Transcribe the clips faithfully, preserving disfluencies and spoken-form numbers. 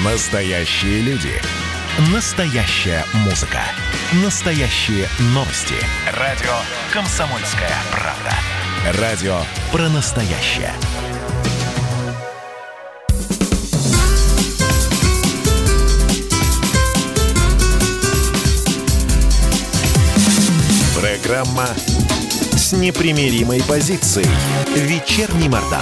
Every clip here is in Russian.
Настоящие люди. Настоящая музыка. Настоящие новости. Радио «Комсомольская правда». Радио про настоящее. Программа с непримиримой позицией. Вечерний Мордан.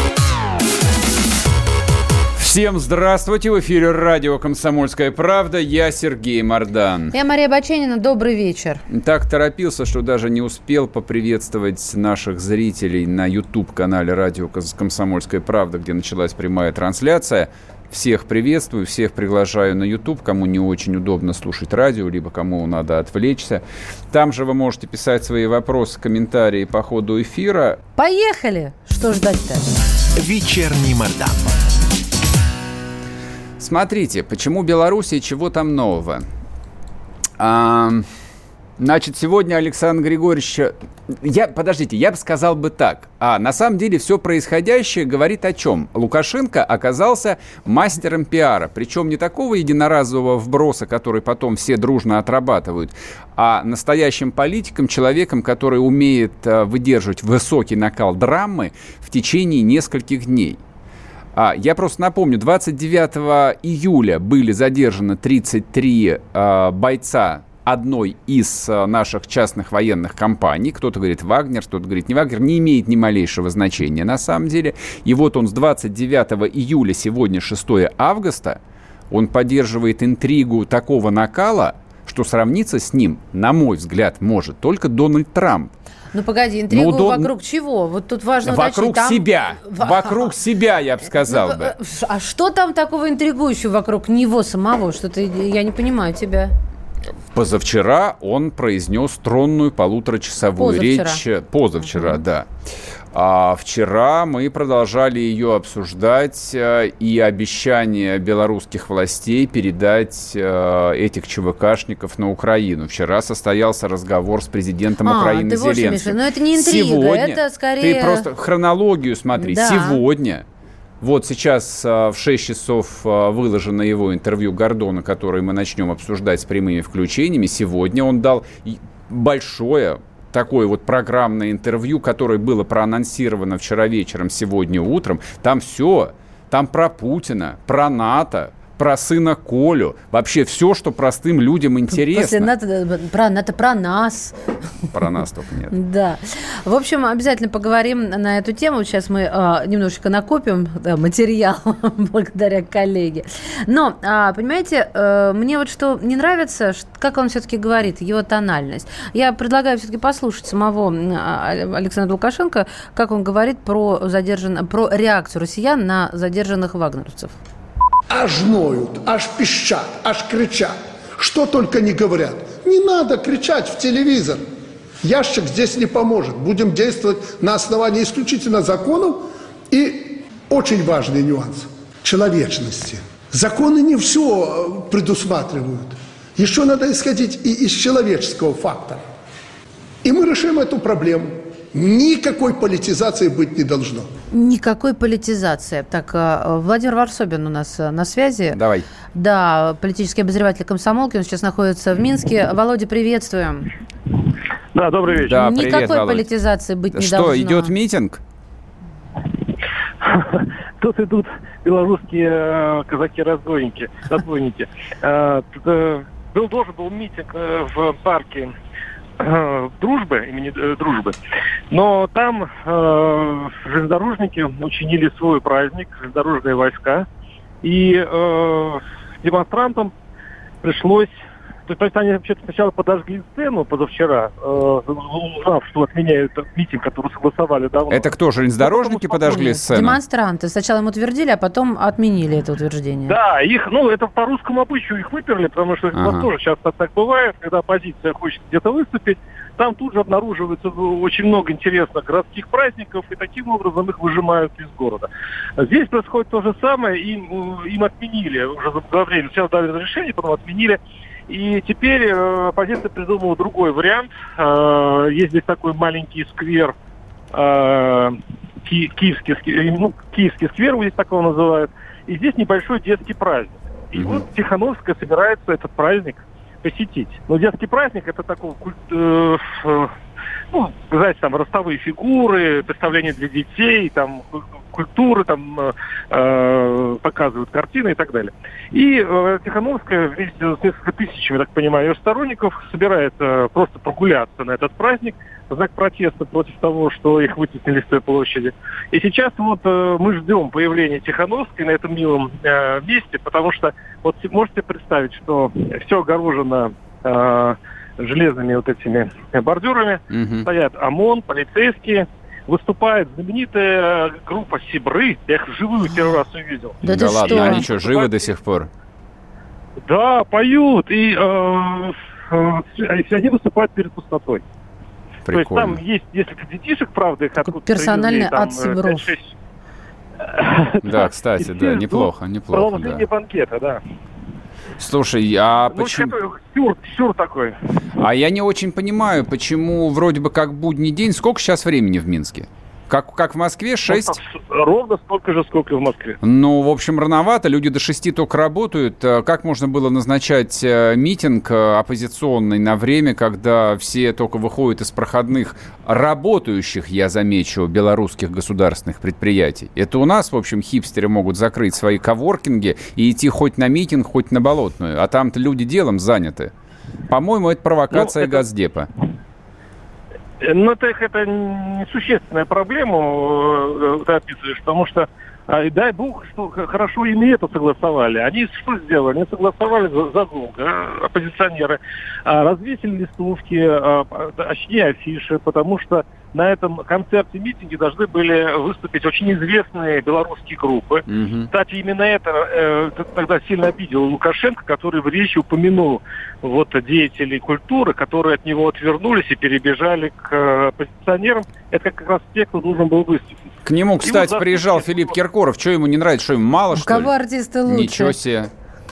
Всем здравствуйте! В эфире радио «Комсомольская правда». Я Сергей Мордан. Я Мария Баченина. Добрый вечер. Так торопился, что даже не успел поприветствовать наших зрителей на YouTube-канале радио «Комсомольская правда», где началась прямая трансляция. Всех приветствую, всех приглашаю на YouTube, кому не очень удобно слушать радио, либо кому надо отвлечься. Там же вы можете писать свои вопросы, комментарии по ходу эфира. Поехали! Что ждать-то? Вечерний Мордан. Смотрите, почему Белоруссия, чего там нового? А, значит, сегодня Александр Григорьевич... Я, подождите, я бы сказал бы так. А, на самом деле все происходящее говорит о чем? Лукашенко оказался мастером пиара. Причем не такого единоразового вброса, который потом все дружно отрабатывают, а настоящим политиком, человеком, который умеет а, выдерживать высокий накал драмы в течение нескольких дней. А, я просто напомню, двадцать девятого июля были задержаны тридцать три а, бойца одной из а, наших частных военных компаний. Кто-то говорит Вагнер, кто-то говорит не Вагнер. Не имеет ни малейшего значения на самом деле. И вот он с двадцать девятого июля, сегодня шестое августа, он поддерживает интригу такого накала, что сравниться с ним, на мой взгляд, может только Дональд Трамп. Ну, погоди, интригу ну, до... вокруг чего? Вот тут важно вокруг уточнить. Там... себя. Вокруг себя, я бы сказал ну, бы. А что там такого интригующего вокруг него самого? Что-то я не понимаю тебя. Позавчера он произнес тронную полуторачасовую Позавчера. речь. Позавчера, uh-huh. да. А вчера мы продолжали ее обсуждать, и обещание белорусских властей передать э, этих ЧВКшников на Украину. Вчера состоялся разговор с президентом а, Украины ты Зеленским. Но это не интрига, Сегодня, это скорее... Ты просто хронологию смотри. Да. Сегодня, вот сейчас в шесть часов выложено его интервью Гордона, которое мы начнем обсуждать с прямыми включениями. Сегодня он дал большое... такое вот программное интервью, которое было проанонсировано вчера вечером, сегодня утром. Там все. Там про Путина, про НАТО, про сына Колю. Вообще все, что простым людям интересно. После НАТО, про НАТО, про нас. Про нас только нет. Да. В общем, обязательно поговорим на эту тему. Сейчас мы а, немножечко накопим да, материал благодаря коллеге. Но, а, понимаете, а, мне вот что не нравится, как он все-таки говорит, его тональность. Я предлагаю все-таки послушать самого Александра Лукашенко, как он говорит про, задержан... про реакцию россиян на задержанных вагнеровцев. Аж ноют, аж пищат, аж кричат. Что только не говорят. Не надо кричать в телевизор. Ящик здесь не поможет. Будем действовать на основании исключительно законов и очень важный нюанс – человечности. Законы не все предусматривают. Еще надо исходить и из человеческого фактора. И мы решим эту проблему. Никакой политизации быть не должно. Никакой политизации. Так, Владимир Варсобин у нас на связи. Давай. Да, политический обозреватель комсомолки. Он сейчас находится в Минске. Володя, приветствуем. Да, добрый вечер. Да, Никакой привет, политизации быть не что, должно. Что, идет митинг? Тут идут белорусские казаки-разбойники. разбойники. Был должен был митинг в парке Дружбы, имени Дружбы. Но там э, железнодорожники учинили свой праздник, железнодорожные войска. И э, демонстрантам пришлось... То есть они вообще-то сначала подожгли сцену позавчера, э, узнав, что отменяют митинг, который согласовали давно. Это кто, железнодорожники подожгли сцену? Демонстранты. Сначала им утвердили, а потом отменили это утверждение. Да, их, ну, это по русскому обычаю их выперли, потому что ага. у нас тоже часто так бывает, когда оппозиция хочет где-то выступить, там тут же обнаруживается очень много интересных городских праздников, и таким образом их выжимают из города. Здесь происходит то же самое, им, им отменили, уже заблаговременно, сейчас дали разрешение, потом отменили. И теперь э, оппозиция придумала другой вариант. Э, есть здесь такой маленький сквер, э, ки- киевский, ну, киевский сквер, здесь так его называют. И здесь небольшой детский праздник. И mm-hmm. вот Тихановская собирается этот праздник посетить. Но детский праздник — это такой культ, э, э, ну, знаете, там ростовые фигуры, представления для детей, там культуры, там э, показывают картины и так далее. И э, Тихановская вместе с несколько тысячами, так понимаю, ее сторонников собирается просто прогуляться на этот праздник в знак протеста против того, что их вытеснили с той площади. И сейчас вот э, мы ждем появления Тихановской на этом милом э, месте, потому что вот можете представить, что все огорожено э, железными вот этими бордюрами, mm-hmm. стоят ОМОН, полицейские, выступает знаменитая группа «Сибры». Я их вживую первый раз увидел. Да, да ладно, что? Они что, живы до сих пор? Да, поют. И э, э, они выступают перед пустотой. Прикольно. То есть там есть несколько детишек, правда, их откуда-то персональный ад Сибров. Да, кстати, да, неплохо, неплохо. Продолжение банкета, да. Слушай, а ну, почему... Сюр, сюр такой. А я не очень понимаю, почему вроде бы как будний день. Сколько сейчас времени в Минске? Как, как в Москве? шесть? Ну, ровно столько же, сколько и в Москве. Ну, в общем, рановато. Люди до шести только работают. Как можно было назначать митинг оппозиционный на время, когда все только выходят из проходных работающих, я замечу, белорусских государственных предприятий? Это у нас, в общем, хипстеры могут закрыть свои коворкинги и идти хоть на митинг, хоть на Болотную. А там-то люди делом заняты. По-моему, это провокация ну, это... Госдепа. Ну, это, это несущественная проблема, ты описываешь, потому что, дай бог, что хорошо ими это согласовали. Они что сделали? Они согласовали задолго, оппозиционеры, развесили листовки, точнее афиши, потому что на этом концерте-митинге должны были выступить очень известные белорусские группы. Mm-hmm. Кстати, именно это э, тогда сильно обидел Лукашенко, который в речи упомянул вот, деятелей культуры, которые от него отвернулись и перебежали к э, оппозиционерам. Это как раз те, кто должен был выступить. К нему, кстати, вот, приезжал Филипп Киркоров. Что ему не нравится? Что ему мало, У что ли? У кого артисты лучше? Ничего себе.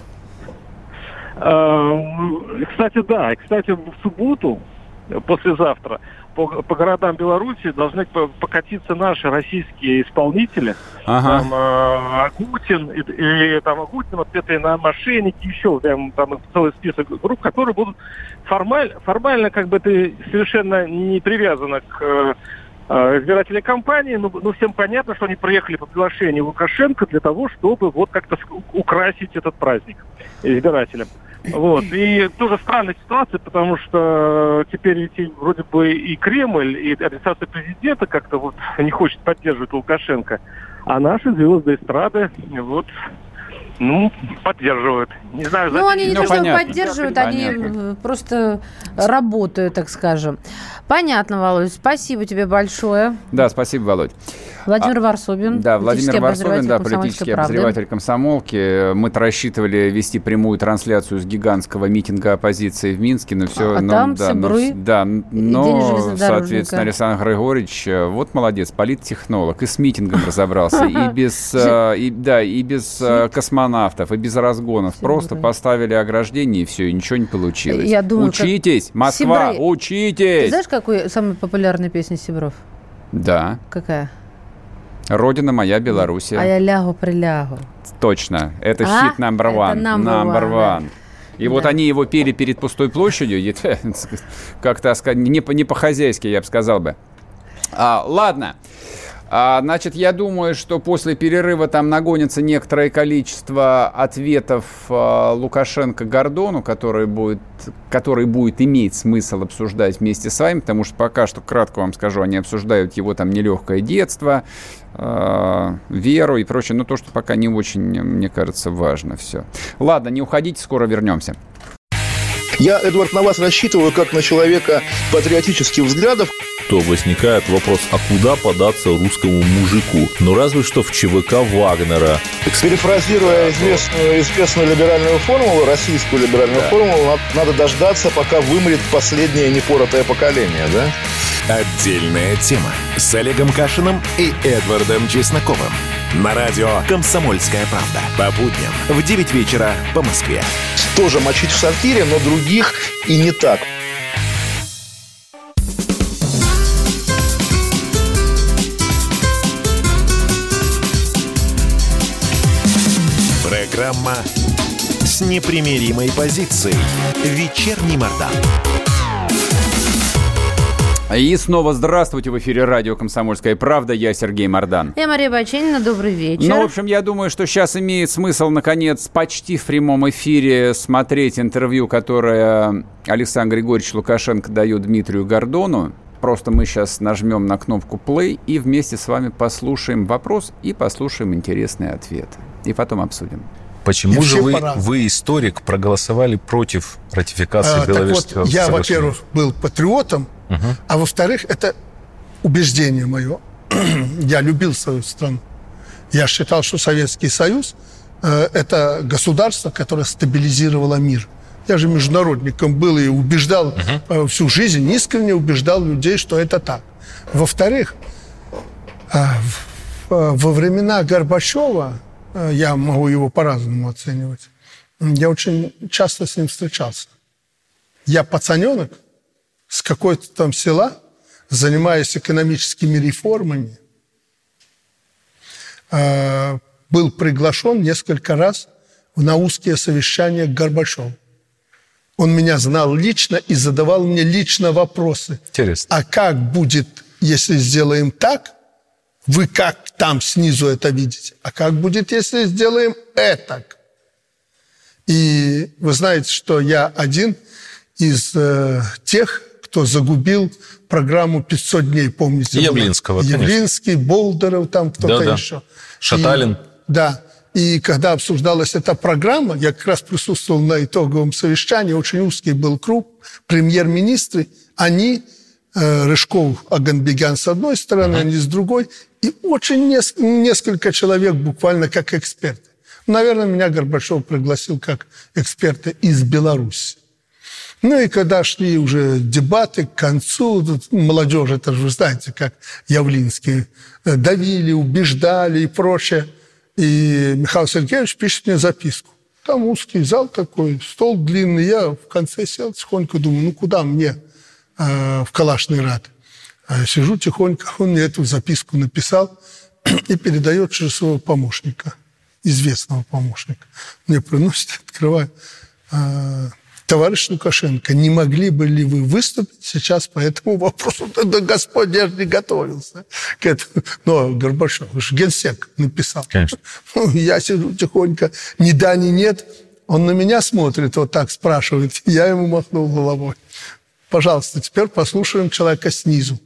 Кстати, да. И, кстати, в субботу, послезавтра, по, по городам Беларуси должны покатиться наши российские исполнители. Ага. Там э, Агутин, и, и там Агутин, вот это на мошенники, еще там, там целый список групп, которые будут формаль, формально, как бы это совершенно не привязано к э, избирательной кампании, но, но всем понятно, что они приехали по приглашению Лукашенко для того, чтобы вот как-то украсить этот праздник избирателям. Вот. И тоже странная ситуация, потому что теперь ведь вроде бы и Кремль, и администрация президента как-то вот не хочет поддерживать Лукашенко, а наши звезды эстрады вот, ну, поддерживают. Не знаю, ну, они не ну, то, что понятно. поддерживают, Понятно. Они просто работают, так скажем. Понятно, Володь. Спасибо тебе большое. Да, спасибо, Володь. Владимир Варсобин. Да, Владимир Варсобин, да, политический обозреватель «Комсомолки». Мы-то рассчитывали вести прямую трансляцию с гигантского митинга оппозиции в Минске, но все... А ну, там да, Сибры, но, да, но, соответственно, Александр Григорьевич, вот молодец, политтехнолог, и с митингом разобрался, и без, и, да, и без космонавтов, и без разгонов. Просто поставили ограждение, и все, и ничего не получилось. Я думаю, учитесь, Москва, Сибры. Учитесь! Ты знаешь, какой самая популярная песня Сибров? Да. Какая? «Родина моя, Белоруссия». А я лягу-прилягу. Точно. Это а? хит number one. Это number, number one. one. one. И да. Вот они его пели перед пустой площадью. Как-то не по-хозяйски, я бы сказал бы. А, ладно. А, значит, я думаю, что после перерыва там нагонится некоторое количество ответов а, Лукашенко Гордону, который будет, который будет иметь смысл обсуждать вместе с вами, потому что пока что, кратко вам скажу, они обсуждают его там нелегкое детство, а, веру и прочее, но то, что пока не очень, мне кажется, важно все. Ладно, не уходите, скоро вернемся. Я, Эдвард, на вас рассчитываю как на человека патриотических взглядов. То возникает вопрос, а куда податься русскому мужику? Ну, разве что в ЧВК Вагнера. Перефразируя известную, известную либеральную формулу, российскую либеральную да. формулу, надо дождаться, пока вымрет последнее непоротое поколение, да? Отдельная тема с Олегом Кашиным и Эдвардом Чесноковым. На радио «Комсомольская правда». По будням в девять вечера по Москве. Тоже мочить в сортире, но других и не так. Программа с непримиримой позицией. Вечерний Мардан. И снова здравствуйте, в эфире радио «Комсомольская правда». Я Сергей Мардан. Я Мария Баченина. Добрый вечер. Ну, в общем, я думаю, что сейчас имеет смысл, наконец, почти в прямом эфире смотреть интервью, которое Александр Григорьевич Лукашенко дает Дмитрию Гордону. Просто мы сейчас нажмем на кнопку play и вместе с вами послушаем вопрос и послушаем интересные ответы. И потом обсудим. Почему же вы, вы, историк, проголосовали против ратификации а, Беловежского вот, я, во-первых, был патриотом, угу. а во-вторых, это убеждение мое. Я любил свою страну. Я считал, что Советский Союз э, – это государство, которое стабилизировало мир. Я же международником был и убеждал угу. э, всю жизнь, искренне убеждал людей, что это так. Во-вторых, э, в, во времена Горбачева, я могу его по-разному оценивать. Я очень часто с ним встречался. Я пацаненок с какой-то там села, занимаясь экономическими реформами, был приглашен несколько раз на узкие совещания к Горбачеву. Он меня знал лично и задавал мне лично вопросы. Интересно. А как будет, если сделаем так? Вы как там снизу это видите? А как будет, если сделаем это? И вы знаете, что я один из э, тех, кто загубил программу пятьсот дней, помните? Явлинского, была? Явлинский, Болдыров, там кто-то да, еще. Да. Шаталин. И, да. И когда обсуждалась эта программа, я как раз присутствовал на итоговом совещании, очень узкий был круг, премьер-министры, они... Рыжков, Аганбегян с одной стороны, uh-huh. они с другой. И очень нес- несколько человек буквально как эксперты. Наверное, меня Горбачев пригласил как эксперта из Беларуси. Ну и когда шли уже дебаты к концу, молодежь, это же вы знаете, как Явлинский, давили, убеждали и прочее. И Михаил Сергеевич пишет мне записку. Там узкий зал такой, стол длинный. Я в конце сел тихонько, думаю, ну куда мне в Калашный Рад. Сижу тихонько, он мне эту записку написал и передает через своего помощника, известного помощника. Мне приносит, открываю. Товарищ Лукашенко, не могли бы ли вы выступить сейчас по этому вопросу? Да, Господь, я же не готовился к этому. Но Горбачев, же генсек написал. Конечно. Ну, я сижу тихонько, ни да, ни нет. Он на меня смотрит, вот так спрашивает. Я ему махнул головой. Пожалуйста, теперь послушаем человека снизу.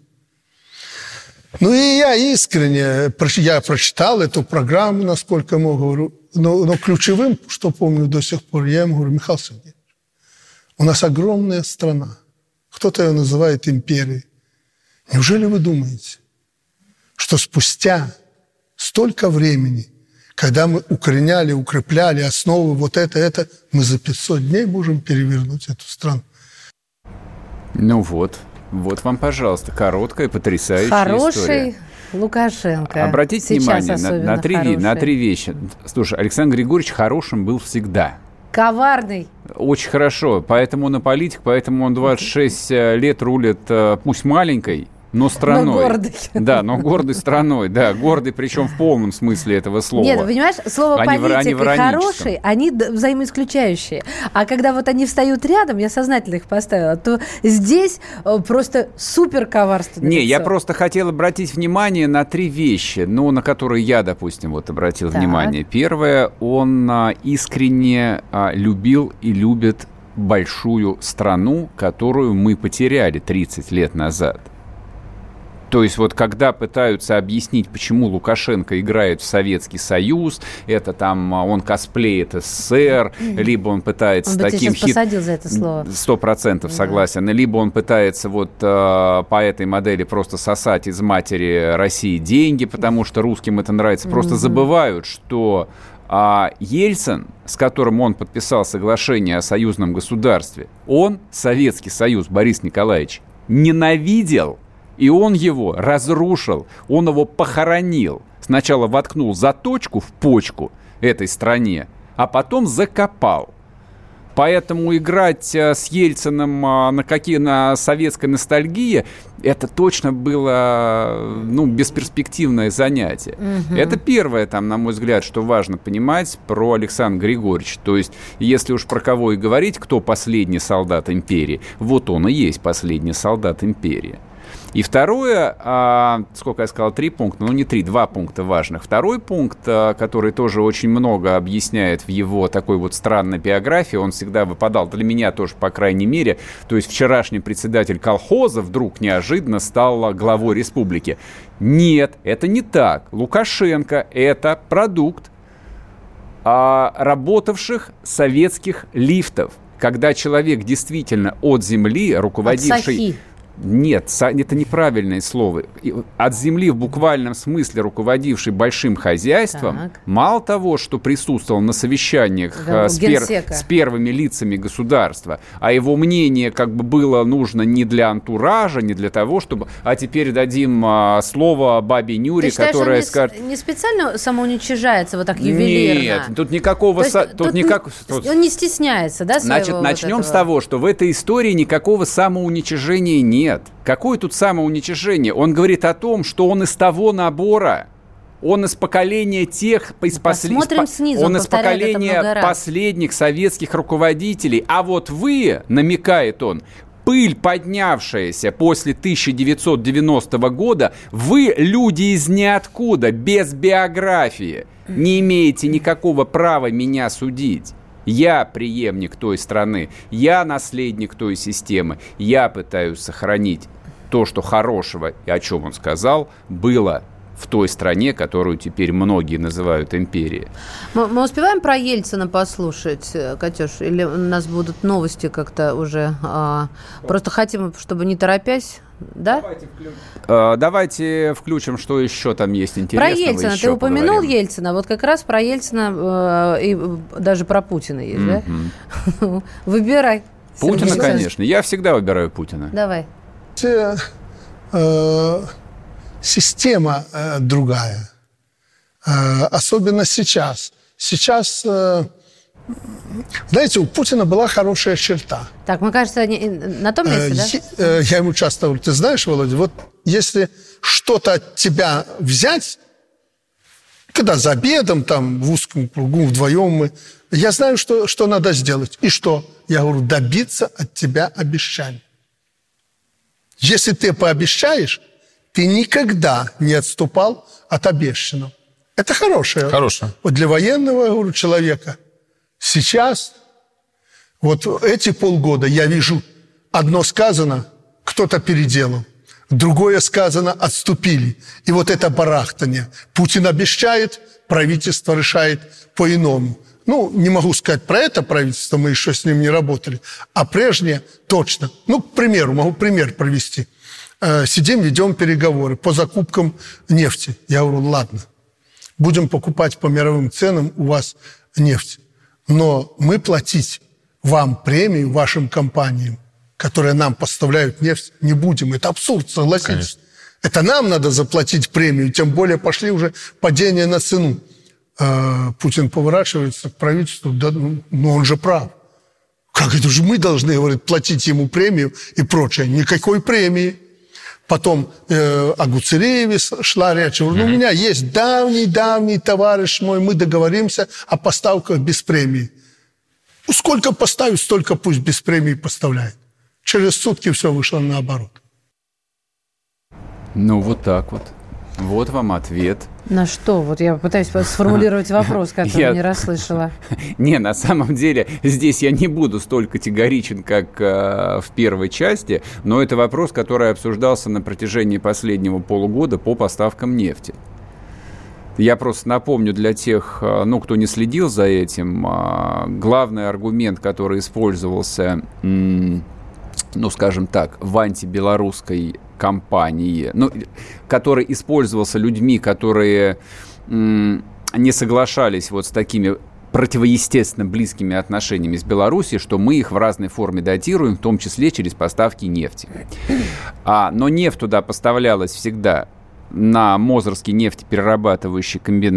Ну и я искренне, я прочитал эту программу, насколько могу, говорю, но, но ключевым, что помню до сих пор, я ему говорю, Михаил Сергеевич, у нас огромная страна, кто-то ее называет империей. Неужели вы думаете, что спустя столько времени, когда мы укореняли, укрепляли основы, вот это, это, мы за пятьсот дней можем перевернуть эту страну? Ну вот, вот вам, пожалуйста, короткая, потрясающая Хороший история. Лукашенко. Обратите Сейчас внимание на, на, три, на три вещи. Слушай, Александр Григорьевич хорошим был всегда. Коварный. Очень хорошо, поэтому он и политик, поэтому он двадцать шесть лет рулит, пусть маленькой, но страной. Но гордый. Да, но гордой страной, да, гордый, причем в полном смысле этого слова. Нет, понимаешь, слово они политик в, и хороший, они взаимоисключающие. А когда вот они встают рядом, я сознательно их поставила, то здесь просто супер коварство. Не, я просто хотел обратить внимание на три вещи, ну, на которые я, допустим, вот обратил так. внимание. Первое, он а, искренне а, любил и любит большую страну, которую мы потеряли тридцать лет назад. То есть вот когда пытаются объяснить, почему Лукашенко играет в Советский Союз, это там он косплеит СССР, mm-hmm. либо он пытается он с таким хит... посадил за это слово. Сто процентов согласен. Да. Либо он пытается вот э, по этой модели просто сосать из матери России деньги, потому что русским это нравится. Просто mm-hmm. забывают, что а Ельцин, с которым он подписал соглашение о союзном государстве, он, Советский Союз, Борис Николаевич, ненавидел. И он его разрушил, он его похоронил. Сначала воткнул заточку в почку этой стране, а потом закопал. Поэтому играть с Ельциным на какие на советской ностальгии, это точно было, ну, бесперспективное занятие. Угу. Это первое, там, на мой взгляд, что важно понимать про Александра Григорьевича. То есть, если уж про кого и говорить, кто последний солдат империи, вот он и есть последний солдат империи. И второе, а, сколько я сказал, три пункта, ну не три, два пункта важных. Второй пункт, а, который тоже очень много объясняет в его такой вот странной биографии, он всегда выпадал, для меня тоже, по крайней мере, то есть вчерашний председатель колхоза вдруг неожиданно стал главой республики. Нет, это не так. Лукашенко – это продукт а, работавших советских лифтов, когда человек действительно от земли, руководивший... Нет, это неправильное слово. От земли в буквальном смысле руководивший большим хозяйством, так. Мало того, что присутствовал на совещаниях да, с, пер, с первыми лицами государства, а его мнение как бы было нужно не для антуража, не для того, чтобы... А теперь дадим а, слово бабе Нюре, считаешь, которая не, скажет... не специально самоуничижается вот так ювелирно? Нет, тут никакого... Есть, со... тут тут никак... Он не стесняется, да, своего Значит, начнем вот с того, что в этой истории никакого самоуничижения нет. Нет. Какое тут самоуничижение? Он говорит о том, что он из того набора, он из поколения тех, из Посмотрим пос... снизу, он из поколения последних советских руководителей. А вот вы, намекает он, пыль, поднявшаяся после тысяча девятьсот девяностого года, вы люди из ниоткуда, без биографии, не имеете никакого права меня судить. Я преемник той страны, я наследник той системы, я пытаюсь сохранить то, что хорошего, и о чем он сказал, было в той стране, которую теперь многие называют империей. Мы, мы успеваем про Ельцина послушать, Катюш, или у нас будут новости как-то уже? А, просто хотим, чтобы не торопясь, да? Давайте включим, а, давайте включим, что еще там есть интересного. Про Ельцина. Ты упомянул поговорим. Ельцина. Вот как раз про Ельцина э, и даже про Путина есть, mm-hmm. да? Выбирай. Путина, конечно. Я всегда выбираю Путина. Давай. Система э, другая. Э, особенно сейчас. Сейчас, э, знаете, у Путина была хорошая черта. Так, мы, кажется, не, на том месте, э, да? Э, я ему часто говорю, ты знаешь, Володя, вот если что-то от тебя взять, когда за обедом, там, в узком кругу, вдвоем мы, я знаю, что, что надо сделать. И что? Я говорю, добиться от тебя обещаний. Если ты пообещаешь, ты никогда не отступал от обещанного. Это хорошее. Хорошее. Вот для военного, говорю, человека. Сейчас, вот эти полгода я вижу, одно сказано, кто-то переделал. Другое сказано, отступили. И вот это барахтание. Путин обещает, правительство решает по-иному. Ну, не могу сказать про это правительство, мы еще с ним не работали. А прежнее точно. Ну, к примеру, могу пример провести. Сидим, ведем переговоры по закупкам нефти. Я говорю, ладно, будем покупать по мировым ценам у вас нефть. Но мы платить вам премию, вашим компаниям, которые нам поставляют нефть, не будем. Это абсурд, согласитесь. Конечно. Это нам надо заплатить премию, тем более пошли уже падения на цену. Путин поворачивается к правительству, да, ну он же прав. Как это же мы должны, говорит, платить ему премию и прочее? Никакой премии. Потом э, о Гуцериеве шла речь. Ну, у меня есть давний-давний товарищ мой, мы договоримся о поставках без премии. Ну, сколько поставить, столько пусть без премии поставляет. Через сутки все вышло наоборот. Ну, вот так вот. Вот вам ответ. На что? Вот я пытаюсь сформулировать вопрос, который я не расслышала. Не, на самом деле, здесь я не буду столь категоричен, как э, в первой части, но это вопрос, который обсуждался на протяжении последнего полугода по поставкам нефти. Я просто напомню для тех, ну, кто не следил за этим, э, главный аргумент, который использовался, м- ну, скажем так, в антибелорусской кампании, ну, который использовался людьми, которые м, не соглашались вот с такими противоестественно близкими отношениями с Белоруссией, что мы их в разной форме датируем, в том числе через поставки нефти. А, но нефть туда поставлялась всегда на Мозырский нефтеперерабатывающий комбинат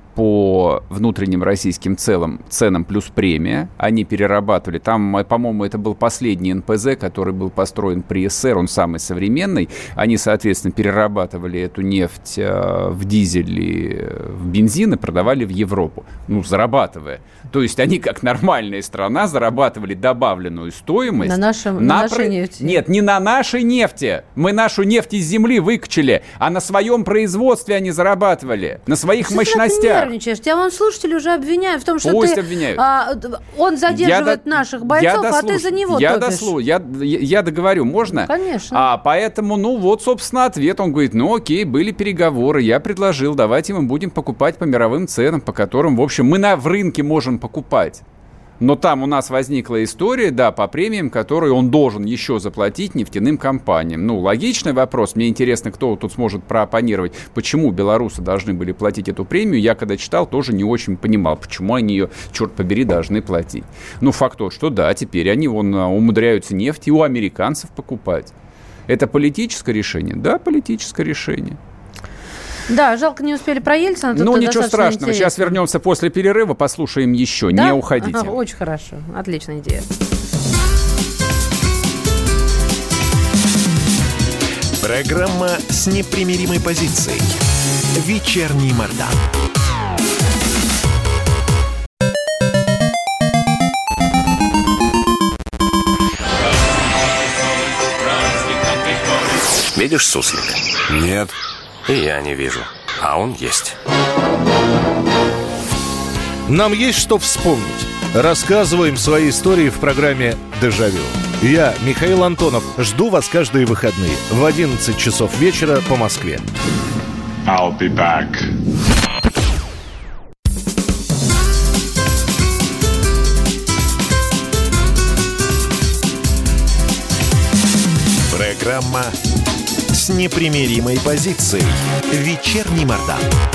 по внутренним российским целам, ценам плюс премия. Они перерабатывали. Там, по-моему, это был последний эн пэ зэ, который был построен при эс эс эс эр, он самый современный. Они, соответственно, перерабатывали эту нефть в дизель и в бензин и продавали в Европу, ну, зарабатывая. То есть они, как нормальная страна, зарабатывали добавленную стоимость. На, нашем, на, на нашей про... нефти. Нет, не на нашей нефти. Мы нашу нефть из земли выкачали, а на своем производстве они зарабатывали, на своих Что мощностях. Ты нервничаешь? Тебя вон слушатели уже обвиняют в том, что Пусть ты, обвиняют. А, он задерживает я наших до... бойцов, я а ты за него я топишь. Дослу... Я, я, я договорю, можно? Ну, конечно. А, поэтому, ну, вот, собственно, ответ. Он говорит, ну, окей, были переговоры, я предложил, давайте мы будем покупать по мировым ценам, по которым, в общем, мы на, в рынке можем покупать. Но там у нас возникла история, да, по премиям, которые он должен еще заплатить нефтяным компаниям. Ну, логичный вопрос. Мне интересно, кто тут сможет прооппонировать, почему белорусы должны были платить эту премию. Я, когда читал, тоже не очень понимал, почему они ее, черт побери, должны платить. Ну, факт тот, что да, теперь они вон умудряются нефть и у американцев покупать. Это политическое решение? Да, политическое решение. Да, жалко, не успели про Ельцина. Ну, ничего страшного. Интересно. Сейчас вернемся после перерыва, послушаем еще. Да? Не уходите. Ага, очень хорошо. Отличная идея. Программа с непримиримой позицией. Вечерний Мардан. Видишь суслика? Нет. И я не вижу. А он есть. Нам есть что вспомнить. Рассказываем свои истории в программе «Дежавю». Я, Михаил Антонов, жду вас каждые выходные в одиннадцать часов вечера по Москве. I'll be back. Программа с непримиримой позицией. Вечерний Мардан.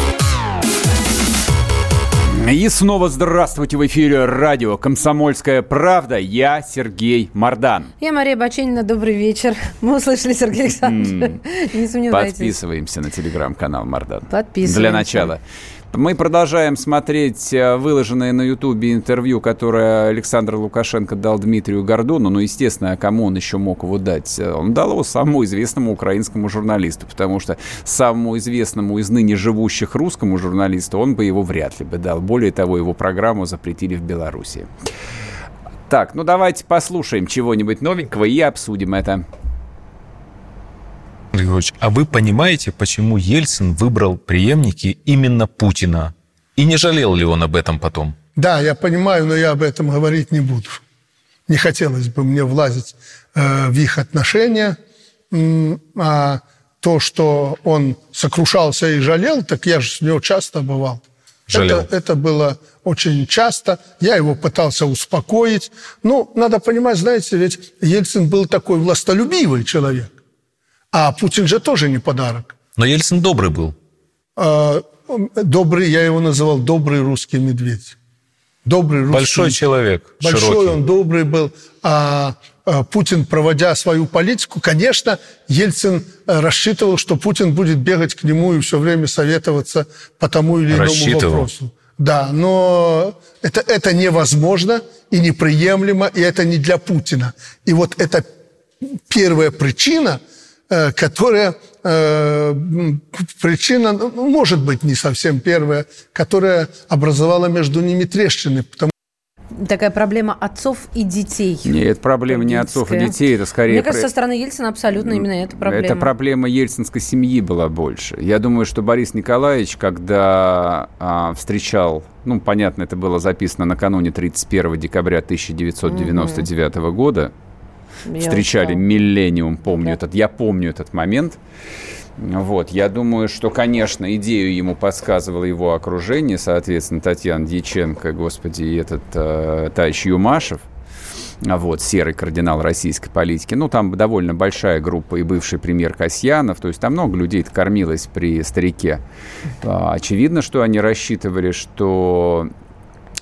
И снова здравствуйте, в эфире радио «Комсомольская правда». Я Сергей Мардан. Я Мария Баченина. Добрый вечер. Мы услышали, Сергей Александрович. Mm. Не сомневайтесь. Подписываемся на телеграм-канал Мардан. Подписываемся. Для начала. Мы продолжаем смотреть выложенное на Ютубе интервью, которое Александр Лукашенко дал Дмитрию Гордону. Ну, естественно, а кому он еще мог его дать? Он дал его самому известному украинскому журналисту, потому что самому известному из ныне живущих русскому журналисту он бы его вряд ли бы дал. Более того, его программу запретили в Беларуси. Так, ну давайте послушаем чего-нибудь новенького и обсудим это. Григорьевич, а вы понимаете, почему Ельцин выбрал преемники именно Путина? И не жалел ли он об этом потом? Да, я понимаю, но я об этом говорить не буду. Не хотелось бы мне влазить э, в их отношения. А то, что он сокрушался и жалел, так я же с него часто бывал. Это, это было очень часто. Я его пытался успокоить. Ну, надо понимать, знаете, ведь Ельцин был такой властолюбивый человек. А Путин же тоже не подарок. Но Ельцин добрый был. А, добрый, я его называл добрый русский медведь. Добрый русский. Большой человек. Большой, широкий. Он добрый был. А, а Путин, проводя свою политику, конечно, Ельцин рассчитывал, что Путин будет бегать к нему и все время советоваться по тому или иному вопросу. Да, но это, это невозможно и неприемлемо, и это не для Путина. И вот это первая причина, которая, э, причина, ну, может быть, не совсем первая, которая образовала между ними трещины. Потому... Такая проблема отцов и детей. Нет, проблема не отцов и детей, это скорее... Мне кажется, со стороны Ельцина абсолютно именно эта проблема. Это проблема ельцинской семьи была больше. Я думаю, что Борис Николаевич, когда а, встречал... Ну, понятно, это было записано накануне тридцать первого декабря тысяча девятьсот девяносто девятого угу. года, Я встречали устал. Миллениум, помню да. этот, я помню этот момент. Вот, я думаю, что, конечно, идею ему подсказывало его окружение, соответственно, Татьяна Дьяченко, господи, и этот э, товарищ Юмашев, вот, серый кардинал российской политики. Ну, там довольно большая группа и бывший премьер Касьянов, то есть там много людей кормилось при старике. Очевидно, что они рассчитывали, что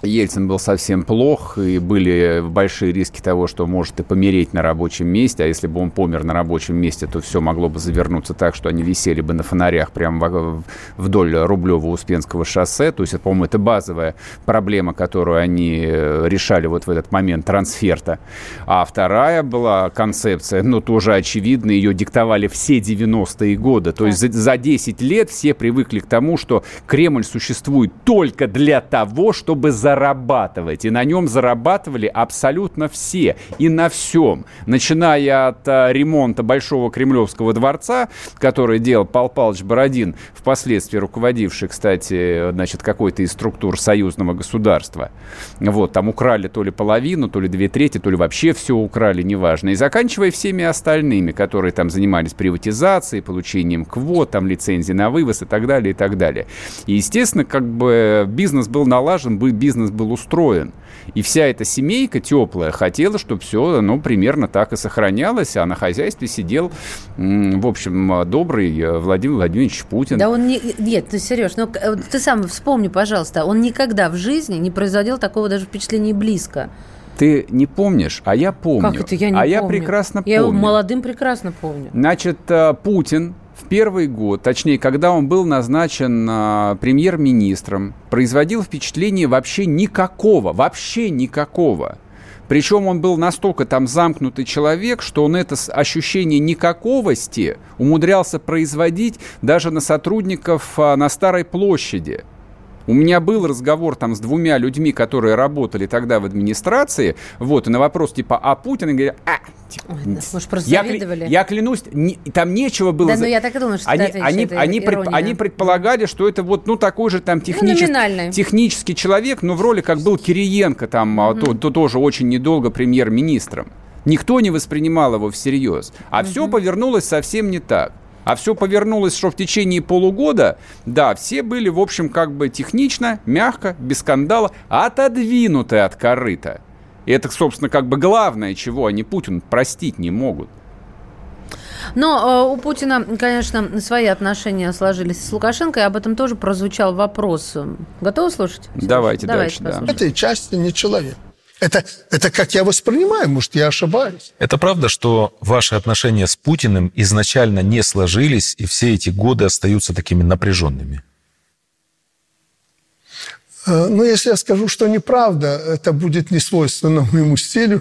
Ельцин был совсем плох, и были большие риски того, что может и помереть на рабочем месте, а если бы он помер на рабочем месте, то все могло бы завернуться так, что они висели бы на фонарях прямо вдоль Рублево-Успенского шоссе. То есть, по-моему, это базовая проблема, которую они решали вот в этот момент трансферта. А вторая была концепция, ну, тоже очевидно, ее диктовали все девяностые годы. То есть за, за десять лет все привыкли к тому, что Кремль существует только для того, чтобы зарабатывать. зарабатывать. И на нем зарабатывали абсолютно все. И на всем. Начиная от а, ремонта Большого Кремлевского дворца, который делал Павел Павлович Бородин, впоследствии руководивший, кстати, значит, какой-то из структур союзного государства. Вот, там украли то ли половину, то ли две трети, то ли вообще все украли, неважно. И заканчивая всеми остальными, которые там занимались приватизацией, получением квот, там, лицензий на вывоз и так далее, и так далее. И, естественно, как бы бизнес был налажен, бизнес был устроен. И вся эта семейка теплая хотела, чтобы все, ну, примерно так и сохранялось, а на хозяйстве сидел, в общем, добрый Владимир Владимирович Путин. Да он не... Нет, ну, Сереж, ну, ты сам вспомни, пожалуйста, он никогда в жизни не производил такого даже впечатления близко. Ты не помнишь, а я помню. Как это я не а помню? я прекрасно помню. Я молодым прекрасно помню. Значит, Путин в первый год, точнее, когда он был назначен а, премьер-министром, производил впечатление вообще никакого, вообще никакого. Причем он был настолько там замкнутый человек, что он это ощущение никаковости умудрялся производить даже на сотрудников а, на Старой площади. У меня был разговор там с двумя людьми, которые работали тогда в администрации, вот, и на вопрос типа «А Путин?» и говорят «А, типа, Ой, да, может, просто я, завидовали?» Я клянусь, не, там нечего было... Да, ну я так и думала, что они, ты они, это они, пред, они предполагали, что это вот, ну, такой же там технический, ну, технический человек, но в роли как был Кириенко, там, mm-hmm. то, то тоже очень недолго премьер-министром. Никто не воспринимал его всерьез. А mm-hmm. все повернулось совсем не так. А все повернулось, что в течение полугода, да, все были, в общем, как бы технично, мягко, без скандала, отодвинуты от корыта. И это, собственно, как бы главное, чего они Путину простить не могут. Но э, у Путина, конечно, свои отношения сложились с Лукашенко, и об этом тоже прозвучал вопрос. Готовы слушать? Давайте, Давайте дальше, да. В этой части не человек. Это, это как я воспринимаю, может, я ошибаюсь. Это правда, что ваши отношения с Путиным изначально не сложились, и все эти годы остаются такими напряженными? Ну, если я скажу, что неправда, это будет не свойственно моему стилю.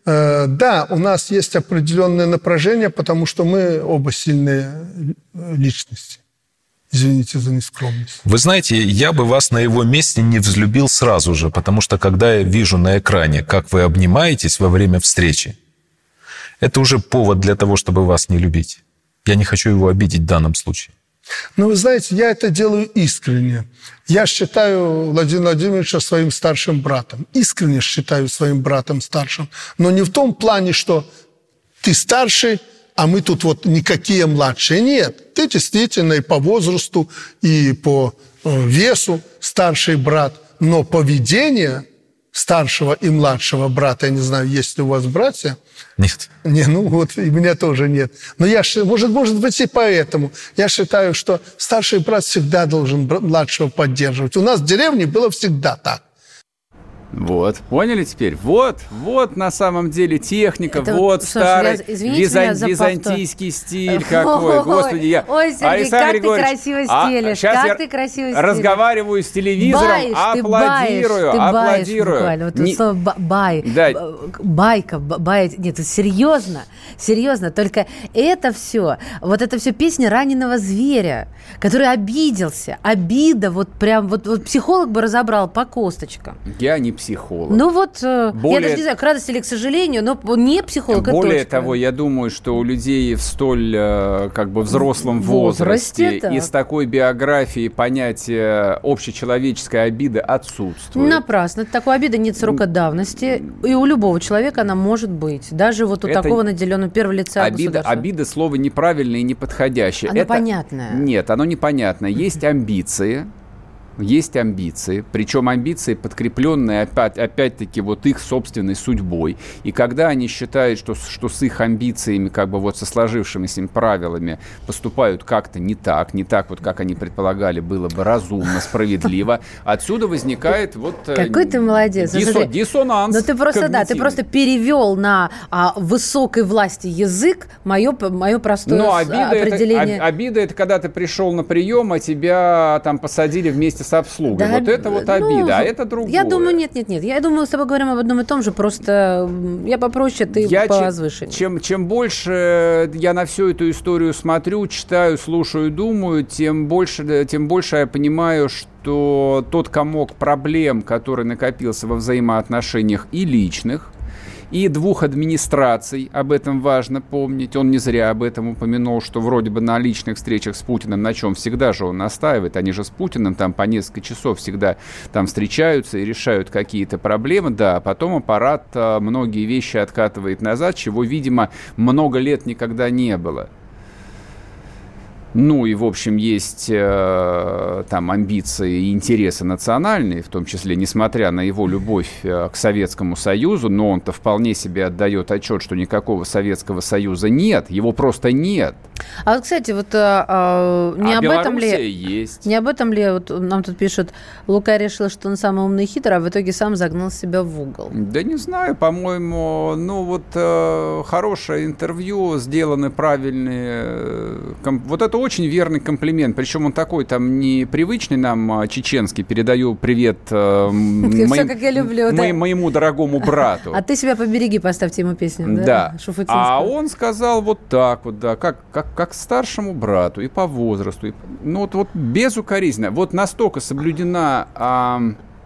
Да, у нас есть определенное напряжение, потому что мы оба сильные личности. Извините за нескромность. Вы знаете, я бы вас на его месте не взлюбил сразу же, потому что когда я вижу на экране, как вы обнимаетесь во время встречи, это уже повод для того, чтобы вас не любить. Я не хочу его обидеть в данном случае. Ну, вы знаете, я это делаю искренне. Я считаю Владимира Владимировича своим старшим братом. Искренне считаю своим братом старшим. Но не в том плане, что ты старший, а мы тут вот никакие младшие. Нет, ты действительно и по возрасту, и по весу старший брат, но поведение старшего и младшего брата, я не знаю, есть ли у вас братья? Нет. Не, ну вот, и меня тоже нет. Но я, может, может быть, и поэтому. Я считаю, что старший брат всегда должен младшего поддерживать. У нас в деревне было всегда так. Вот, поняли теперь? Вот, вот на самом деле техника, это, вот слушай, старый я, визан, византийский стиль какой, господи, я... Ой, Сергей, Александр как ты красиво стилишь, а, как я ты красиво стилишь. Разговариваю с телевизором, баешь, аплодирую, ты баешь, ты аплодирую. буквально, вот Не... слово бай, да. байка, бай, нет, серьезно, серьезно, только это все, вот это все песня раненого зверя, который обиделся, обида, вот прям, вот, вот психолог бы разобрал по косточкам. Я не психолог. Ну вот, более... я даже не знаю, к радости или к сожалению, но не психолог. Более того, я думаю, что у людей в столь как бы взрослом возрасте, возрасте и с такой биографией понятие общечеловеческой обиды отсутствует. Напрасно. Такой обиды нет срока давности, и у любого человека она может быть, даже вот у Это такого наделенного первого лица обида, государства. Обида слово неправильное и неподходящее. Оно Это... понятное. Нет, оно непонятное. Есть амбиции. есть амбиции, причем амбиции, подкрепленные опять, опять-таки вот их собственной судьбой. И когда они считают, что, что с их амбициями, как бы вот со сложившимися им правилами поступают как-то не так, не так вот, как они предполагали, было бы разумно, справедливо, отсюда возникает вот... Какой ты молодец. Дисо, диссонанс. Ну ты просто, да, ты просто перевел на а, высокой власти язык мое, мое простое Но обида определение. Это, обида это когда ты пришел на прием, а тебя там посадили вместе с обслугой. Да, вот это вот обида, ну, а это другое. Я думаю, нет, нет, нет. Я думаю, мы с тобой говорим об одном и том же, просто я попроще, ты я повозвышеннее. Чем, чем больше я на всю эту историю смотрю, читаю, слушаю, думаю, тем больше, тем больше я понимаю, что тот комок проблем, который накопился во взаимоотношениях и личных, и двух администраций, об этом важно помнить. Он не зря об этом упомянул, что вроде бы на личных встречах с Путиным, на чем всегда же он настаивает, они же с Путиным там по несколько часов всегда там встречаются и решают какие-то проблемы, да, а потом аппарат а, многие вещи откатывает назад, чего, видимо, много лет никогда не было. Ну и, в общем, есть э, там амбиции и интересы национальные, в том числе, несмотря на его любовь э, к Советскому Союзу, но он-то вполне себе отдает отчет, что никакого Советского Союза нет, его просто нет. А вот, кстати, вот а, не а об этом ли... есть. Не об этом ли, вот нам тут пишут, Лука решил, что он самый умный и хитрый, а в итоге сам загнал себя в угол. Да не знаю, по-моему, ну вот э, хорошее интервью, сделаны правильные... Э, ком... Вот это очень верный комплимент, причем он такой там непривычный нам, а, чеченский, передаю привет э, моим, все, как я люблю, мо- да. моему дорогому брату. А ты себя побереги, поставьте ему песню. Да. Да. А он сказал вот так вот, да, как, как, как старшему брату и по возрасту. И, ну вот, вот безукоризненно. Вот настолько соблюдена... А,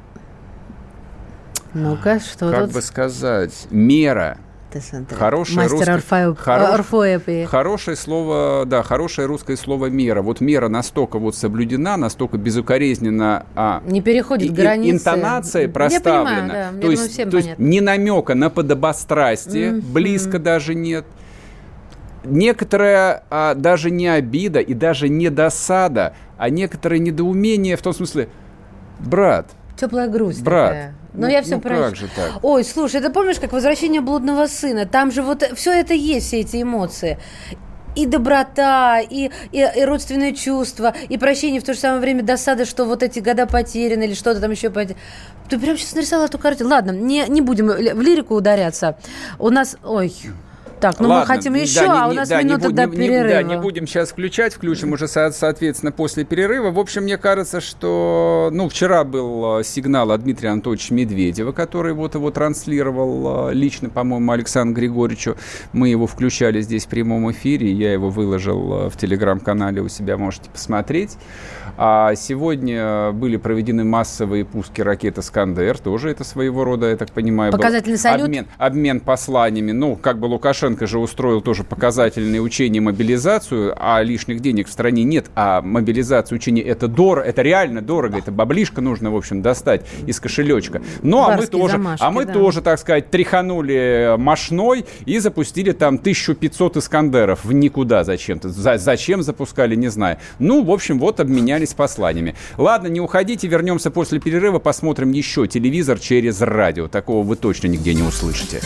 ну-ка, что как тут? бы сказать, мера. Хорошее Мастер русское, Орфея, хорош, хорошее слово, да, хорошее русское слово мера. Вот мера настолько вот соблюдена, настолько безукоризненно, а, не переходит и, границы. Интонация проставлена. Я понимаю, да. То, есть, думаю, то есть не намека на подобострастие, mm-hmm. близко даже нет. Некоторая а, даже не обида и даже не досада, а некоторое недоумение в том смысле, брат. Теплая грусть брат. Такая. Но ну, я все ну, прощу. Как же так? Ой, слушай, ты помнишь, как «Возвращение блудного сына»? Там же вот все это есть, все эти эмоции. И доброта, и, и, и родственные чувства, и прощение, в то же самое время досада, что вот эти года потеряны, или что-то там еще потеряно. Ты прям сейчас нарисовала эту картину. Ладно, не, не будем в лирику ударяться. У нас... Ой... Так, ну Ладно, мы хотим еще, да, а не, у нас да, минута не, до не, перерыва. Да, не будем сейчас включать, включим уже, соответственно, после перерыва. В общем, мне кажется, что... Ну, вчера был сигнал от Дмитрия Анатольевича Медведева, который вот его транслировал лично, по-моему, Александру Григорьевичу. Мы его включали здесь в прямом эфире, я его выложил в телеграм-канале у себя, можете посмотреть. А сегодня были проведены массовые пуски ракет «Искандер», тоже это своего рода, я так понимаю, показательный был салют. Обмен, обмен посланиями. Ну, как бы Лукашенко же устроил тоже показательные учения, мобилизацию, а лишних денег в стране нет, а мобилизация, учения это дорого, это реально дорого, это баблишко нужно, в общем, достать из кошелечка. Ну, а мы тоже, замашки, а мы да. тоже, так сказать, тряханули мошной и запустили там тысячу пятьсот «Искандеров» в никуда зачем-то. За, зачем запускали, не знаю. Ну, в общем, вот обменялись посланиями. Ладно, не уходите, вернемся после перерыва, посмотрим еще телевизор через радио. Такого вы точно нигде не услышите.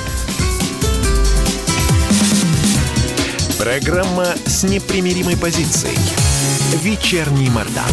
Программа с непримиримой позицией. Вечерний Мордан.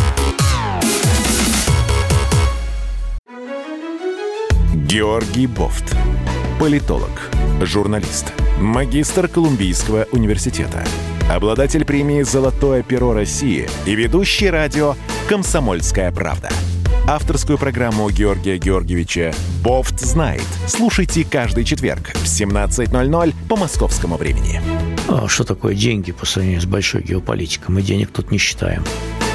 Георгий Бофт. Политолог, журналист, магистр Колумбийского университета, обладатель премии «Золотое перо России» и ведущий радио «Комсомольская правда». Авторскую программу Георгия Георгиевича «Бофт знает». Слушайте каждый четверг в семнадцать ноль ноль по московскому времени. А что такое деньги по сравнению с большой геополитикой? Мы денег тут не считаем.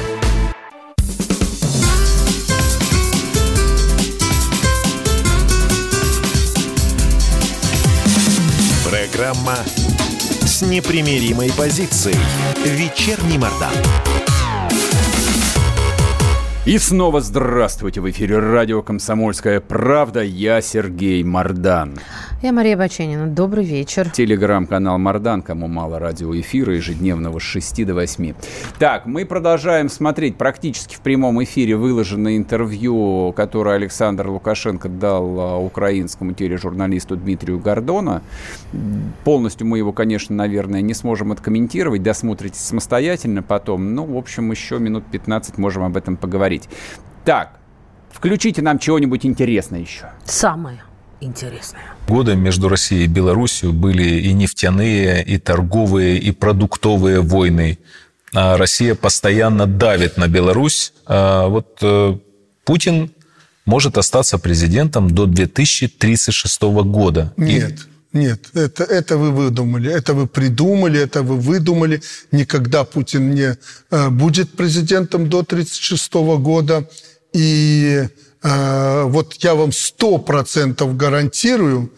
Программа с непримиримой позицией. Вечерний Мордан. И снова здравствуйте. В эфире радио «Комсомольская правда». Я Сергей Мордан. Я Мария Баченина. Добрый вечер. Телеграм-канал «Мордан». Кому мало радиоэфира ежедневного с шести до восьми. Так, мы продолжаем смотреть практически в прямом эфире выложенное интервью, которое Александр Лукашенко дал украинскому тележурналисту Дмитрию Гордона. Полностью мы его, конечно, наверное, не сможем откомментировать. Досмотрите самостоятельно потом. Ну, в общем, еще минут пятнадцать можем об этом поговорить. Так, включите нам чего-нибудь интересное еще. Самое интересное. Годы между Россией и Белоруссией были и нефтяные, и торговые, и продуктовые войны. А Россия постоянно давит на Беларусь. А вот Путин может остаться президентом до две тысячи тридцать шестого года. Нет. И... Нет, это, это вы выдумали, это вы придумали, это вы выдумали. Никогда Путин не э, будет президентом до тридцать шестого года. И э, вот я вам сто процентов гарантирую,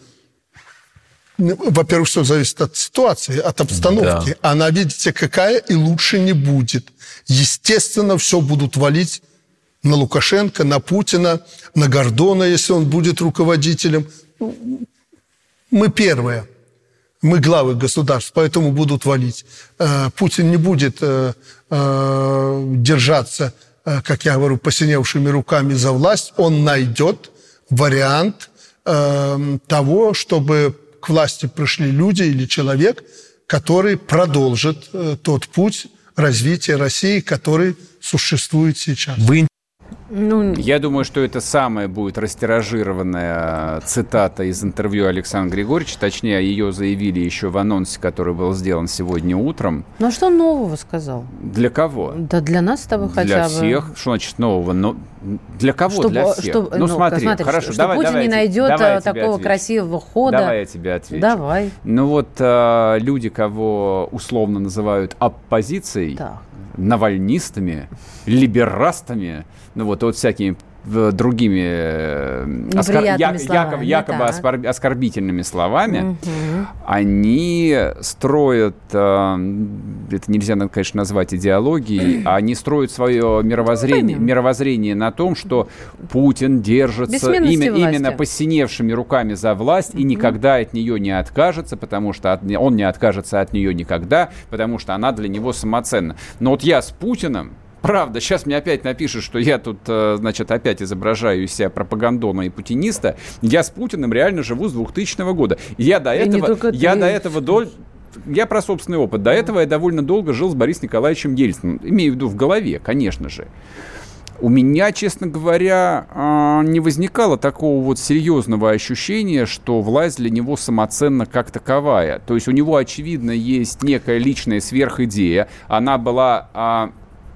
во-первых, все зависит от ситуации, от обстановки. Да. Она, видите, какая, и лучше не будет. Естественно, все будут валить на Лукашенко, на Путина, на Гордона, если он будет руководителем. Мы первые, мы главы государств, поэтому будут валить. Путин не будет держаться, как я говорю, посиневшими руками за власть. Он найдет вариант того, чтобы к власти пришли люди или человек, который продолжит тот путь развития России, который существует сейчас. Вы... Ну... Я думаю, что это самая будет растиражированная цитата из интервью Александра Григорьевича. Точнее, ее заявили еще в анонсе, который был сделан сегодня утром. Ну, а что нового сказал? Для кого? Да для нас с тобой хотя для бы. Для всех. Что значит нового? Но для кого? Чтобы, для всех. Чтобы, ну, ну, смотри, смотри, хорошо. Что, давай, что Путин давай, не найдет давай такого красивого хода. Давай я тебе отвечу. Давай. Ну, вот а, люди, кого условно называют оппозицией, так. навальнистами, либерастами, ну, вот, вот всякими другими оскор... я... якобы, якобы да. оскор... оскорбительными словами, угу. они строят, это нельзя, конечно, назвать идеологией, они строят свое мировоззрение, ну, мировоззрение на том, что Путин держится именно, именно посиневшими руками за власть угу. и никогда от нее не откажется, потому что от... он не откажется от нее никогда, потому что она для него самоценна. Но вот я с Путиным, правда, сейчас мне опять напишут, что я тут, значит, опять изображаю из себя пропагандона и путиниста. Я с Путиным реально живу с двухтысячного года. Я до этого... Я до этого... До... Я про собственный опыт. До этого я довольно долго жил с Борисом Николаевичем Ельциным. Имею в виду в голове, конечно же. У меня, честно говоря, не возникало такого вот серьезного ощущения, что власть для него самоценна как таковая. То есть у него, очевидно, есть некая личная сверхидея. Она была...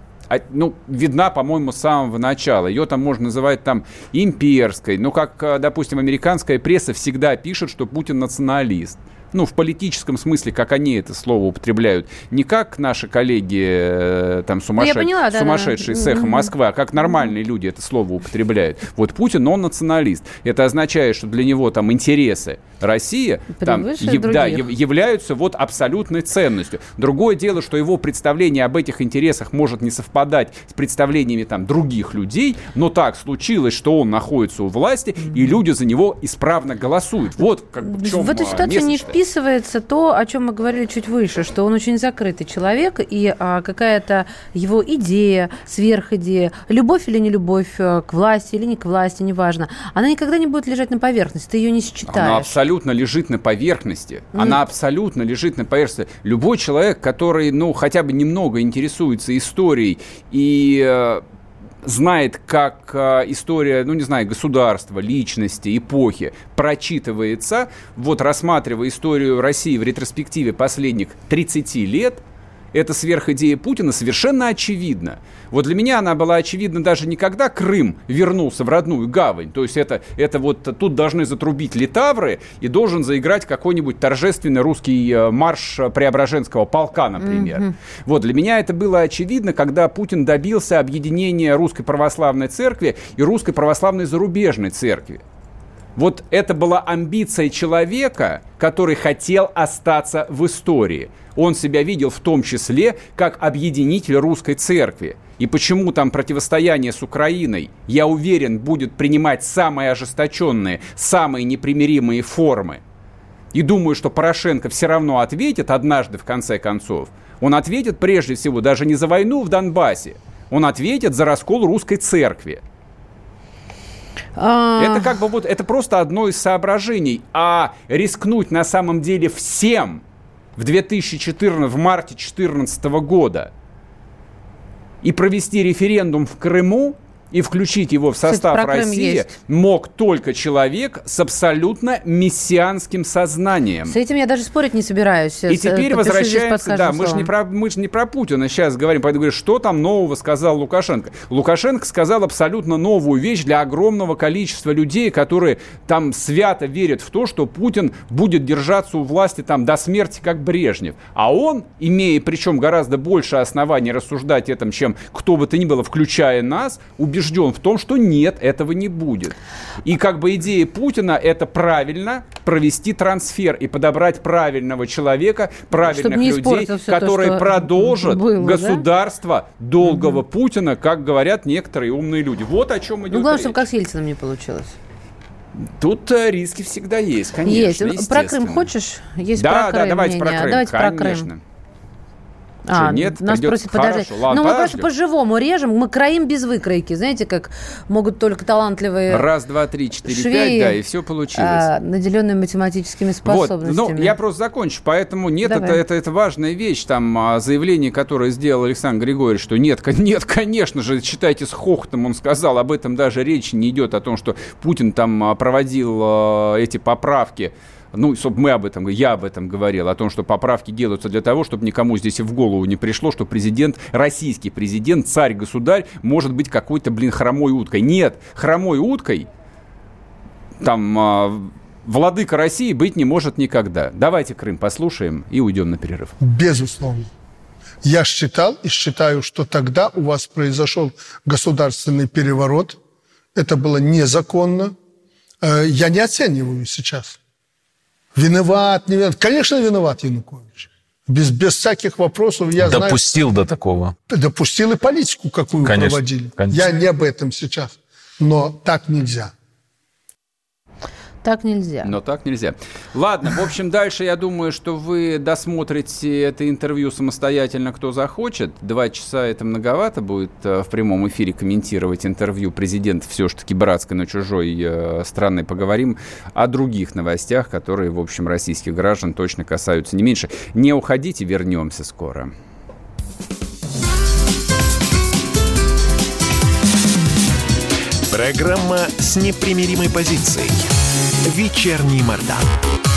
ну, видна, по-моему, с самого начала. Ее там можно называть там имперской. Ну, как, допустим, американская пресса всегда пишет, что Путин националист. Ну, в политическом смысле, как они это слово употребляют. Не как наши коллеги, там, сумасшедшие, поняла, да, сумасшедшие да, да. с эхо Москвы, а как нормальные люди это слово употребляют. Вот Путин, он националист. Это означает, что для него там интересы России там, ев, да, ев, являются вот абсолютной ценностью. Другое дело, что его представление об этих интересах может не совпадать с представлениями там других людей, но так случилось, что он находится у власти, mm-hmm. и люди за него исправно голосуют. Вот как бы в чем в эту ситуацию не вписывается то, о чем мы говорили чуть выше, что он очень закрытый человек, и а, какая-то его идея, сверхидея, любовь или не любовь к власти или не к власти, неважно, она никогда не будет лежать на поверхности, ты ее не считаешь. Она абсолютно лежит на поверхности. Mm. Она абсолютно лежит на поверхности. Любой человек, который, ну, хотя бы немного интересуется историей и э, знает, как э, история, ну, не знаю, государства, личности, эпохи прочитывается, вот рассматривая историю России в ретроспективе последних тридцати лет, эта сверхидея Путина совершенно очевидна. Вот для меня она была очевидна даже не когда Крым вернулся в родную гавань. То есть это, это вот тут должны затрубить литавры и должен заиграть какой-нибудь торжественный русский марш Преображенского полка, например. Mm-hmm. Вот для меня это было очевидно, когда Путин добился объединения Русской Православной Церкви и Русской Православной Зарубежной Церкви. Вот это была амбиция человека, который хотел остаться в истории. Он себя видел в том числе как объединитель русской церкви. И почему там противостояние с Украиной, я уверен, будет принимать самые ожесточенные, самые непримиримые формы. И думаю, что Порошенко все равно ответит однажды в конце концов. Он ответит прежде всего даже не за войну в Донбассе. Он ответит за раскол русской церкви. А... Это как бы вот, это просто одно из соображений. А рискнуть на самом деле всем в две тысячи четырнадцатом, в марте две тысячи четырнадцатого года и провести референдум в Крыму и включить его в состав Кстати, России мог только человек с абсолютно мессианским сознанием. С этим я даже спорить не собираюсь. И теперь возвращаемся, да, мы же не про, мы же не про Путина сейчас говорим, поэтому говорю, что там нового сказал Лукашенко. Лукашенко сказал абсолютно новую вещь для огромного количества людей, которые там свято верят в то, что Путин будет держаться у власти там до смерти, как Брежнев. А он, имея причем гораздо больше оснований рассуждать этом, чем кто бы то ни было, включая нас, убежден в том, что нет, этого не будет. И как бы идея Путина — это правильно провести трансфер и подобрать правильного человека, правильных людей, которые то, продолжат было, государство да? долгого угу. Путина, как говорят некоторые умные люди. Вот о чем идет ну, главное, речь. чтобы как с Ельциным не получилось. Тут э, риски всегда есть, конечно. Есть. Про Крым хочешь? Есть да, про да, Крым давайте мнение. про Крым, Давайте конечно. Про Крым. А, нет, нас просят подождать. Ладно, ну, мы просто по-живому режем, мы кроим без выкройки. Знаете, как могут только талантливые раз, два, три, четыре, швеи, пять, да, и все получилось. А, наделенные математическими способностями. Вот, ну, я просто закончу. Поэтому нет, это, это, это важная вещь. Там заявление, которое сделал Александр Григорьевич, что нет, нет, конечно же, читайте с хохотом, он сказал, об этом даже речи не идет, о том, что Путин там проводил эти поправки. Ну, чтобы мы об этом, я об этом говорил, о том, что поправки делаются для того, чтобы никому здесь и в голову не пришло, что президент, российский президент, царь-государь может быть какой-то, блин, хромой уткой. Нет, хромой уткой там э, владыка России быть не может никогда. Давайте Крым послушаем и уйдем на перерыв. Безусловно. Я считал и считаю, что тогда у вас произошел государственный переворот. Это было незаконно. Я не оцениваю сейчас. Виноват, не виноват. Конечно, виноват Янукович. Без, без всяких вопросов. Я допустил знаю, до такого. Допустил и политику, какую конечно, проводили. Конечно. Я не об этом сейчас. Но так нельзя. Так нельзя. Но так нельзя. Ладно, в общем, дальше я думаю, что вы досмотрите это интервью самостоятельно, кто захочет. Два часа это многовато будет в прямом эфире комментировать интервью президента все-таки братской, но чужой э, страны. Поговорим о других новостях, которые, в общем, российских граждан точно касаются не меньше. Не уходите, вернемся скоро. Программа с непримиримой позицией. Вечерний Мордан.